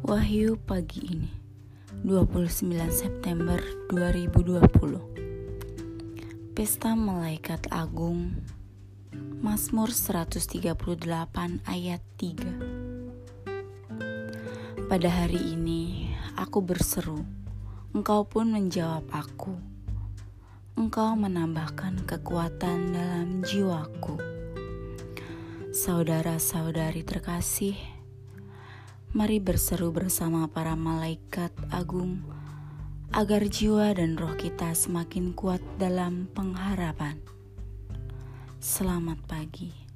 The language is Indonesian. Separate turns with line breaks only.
Wahyu pagi ini 29 September 2020. Pesta Malaikat Agung, Mazmur 138 ayat 3. Pada hari ini aku berseru, Engkau pun menjawab aku. Engkau menambahkan kekuatan dalam jiwaku. Saudara-saudari terkasih, mari berseru bersama para malaikat agung agar jiwa dan roh kita semakin kuat dalam pengharapan. Selamat pagi.